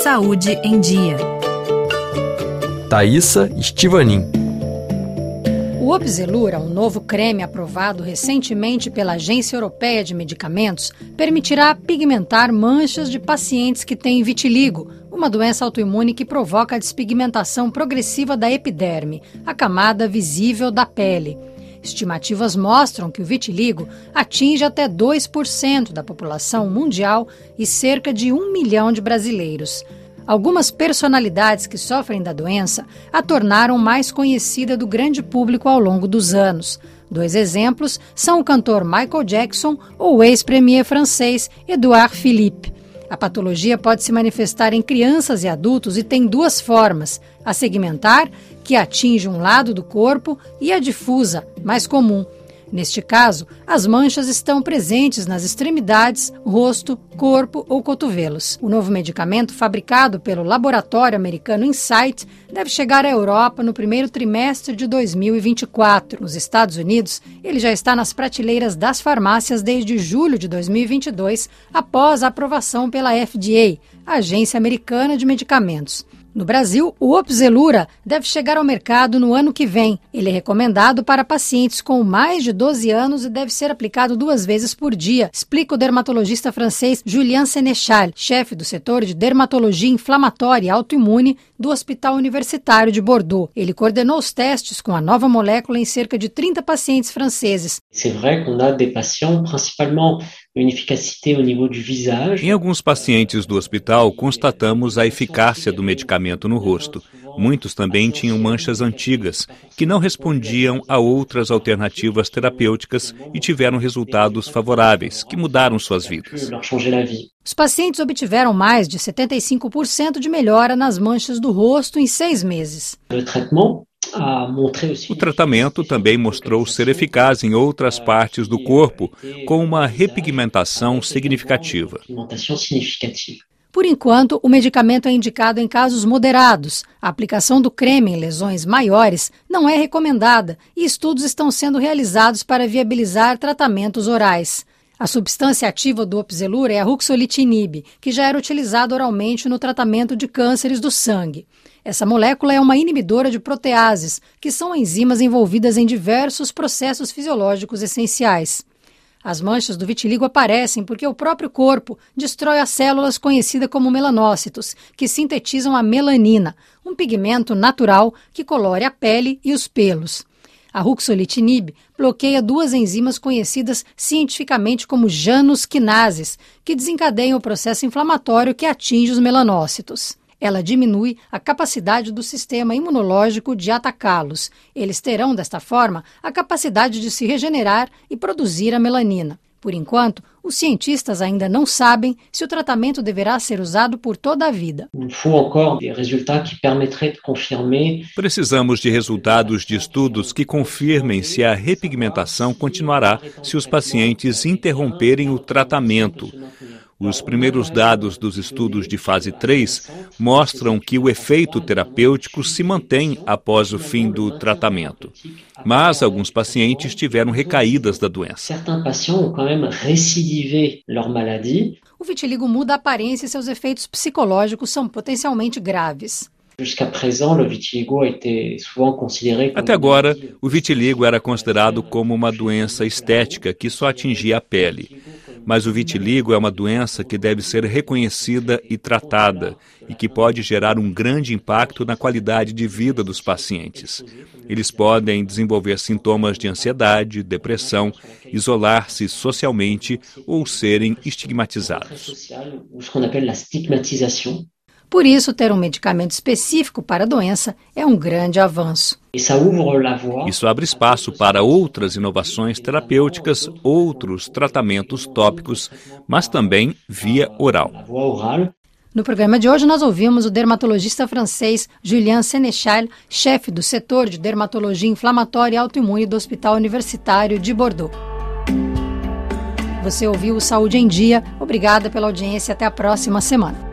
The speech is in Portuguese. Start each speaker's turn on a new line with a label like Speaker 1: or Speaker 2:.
Speaker 1: Saúde em Dia.
Speaker 2: Thaísa Estivanin.
Speaker 3: O Opzelura, um novo creme aprovado recentemente pela Agência Europeia de Medicamentos, permitirá pigmentar manchas de pacientes que têm vitiligo, uma doença autoimune que provoca a despigmentação progressiva da epiderme, a camada visível da pele. Estimativas mostram que o vitiligo atinge até 2% da população mundial e cerca de 1 milhão de brasileiros. Algumas personalidades que sofrem da doença a tornaram mais conhecida do grande público ao longo dos anos. 2 exemplos são o cantor Michael Jackson ou o ex-premier francês Édouard Philippe. A patologia pode se manifestar em crianças e adultos e tem 2 formas: a segmentar, que atinge um lado do corpo, e a difusa, mais comum. Neste caso, as manchas estão presentes nas extremidades, rosto, corpo ou cotovelos. O novo medicamento, fabricado pelo laboratório americano Incyte, deve chegar à Europa no primeiro trimestre de 2024. Nos Estados Unidos, ele já está nas prateleiras das farmácias desde julho de 2022, após a aprovação pela FDA, a Agência Americana de Medicamentos. No Brasil, o Opzelura deve chegar ao mercado no ano que vem. Ele é recomendado para pacientes com mais de 12 anos e deve ser aplicado 2 vezes por dia, explica o dermatologista francês Julien Sénéchal, chefe do setor de dermatologia inflamatória e autoimune do Hospital Universitário de Bordeaux. Ele coordenou os testes com a nova molécula em cerca de 30 pacientes franceses.
Speaker 4: C'est vrai qu'on a des patients, principalement une efficacité au niveau du visage.
Speaker 5: Em alguns pacientes do hospital, constatamos a eficácia do medicamento no rosto. Muitos também tinham manchas antigas, que não respondiam a outras alternativas terapêuticas e tiveram resultados favoráveis, que mudaram suas vidas.
Speaker 3: Os pacientes obtiveram mais de 75% de melhora nas manchas do rosto em 6 meses.
Speaker 5: O tratamento também mostrou ser eficaz em outras partes do corpo, com uma repigmentação significativa.
Speaker 3: Por enquanto, o medicamento é indicado em casos moderados. A aplicação do creme em lesões maiores não é recomendada e estudos estão sendo realizados para viabilizar tratamentos orais. A substância ativa do Opzelura é a ruxolitinib, que já era utilizada oralmente no tratamento de cânceres do sangue. Essa molécula é uma inibidora de proteases, que são enzimas envolvidas em diversos processos fisiológicos essenciais. As manchas do vitiligo aparecem porque o próprio corpo destrói as células conhecidas como melanócitos, que sintetizam a melanina, um pigmento natural que colore a pele e os pelos. A ruxolitinib bloqueia 2 enzimas conhecidas cientificamente como janus-quinases, que desencadeiam o processo inflamatório que atinge os melanócitos. Ela diminui a capacidade do sistema imunológico de atacá-los. Eles terão, desta forma, a capacidade de se regenerar e produzir a melanina. Por enquanto, os cientistas ainda não sabem se o tratamento deverá ser usado por toda a vida.
Speaker 5: Precisamos de resultados de estudos que confirmem se a repigmentação continuará se os pacientes interromperem o tratamento. Os primeiros dados dos estudos de fase 3 mostram que o efeito terapêutico se mantém após o fim do tratamento. Mas alguns pacientes tiveram recaídas da doença.
Speaker 3: O vitiligo muda a aparência e seus efeitos psicológicos são potencialmente graves.
Speaker 5: Até agora, o vitiligo era considerado como uma doença estética que só atingia a pele. Mas o vitiligo é uma doença que deve ser reconhecida e tratada e que pode gerar um grande impacto na qualidade de vida dos pacientes. Eles podem desenvolver sintomas de ansiedade, depressão, isolar-se socialmente ou serem estigmatizados.
Speaker 3: Por isso, ter um medicamento específico para a doença é um grande avanço.
Speaker 5: Isso abre espaço para outras inovações terapêuticas, outros tratamentos tópicos, mas também via oral.
Speaker 3: No programa de hoje, nós ouvimos o dermatologista francês Julien Sénéchal, chefe do setor de dermatologia inflamatória e autoimune do Hospital Universitário de Bordeaux. Você ouviu o Saúde em Dia. Obrigada pela audiência e até a próxima semana.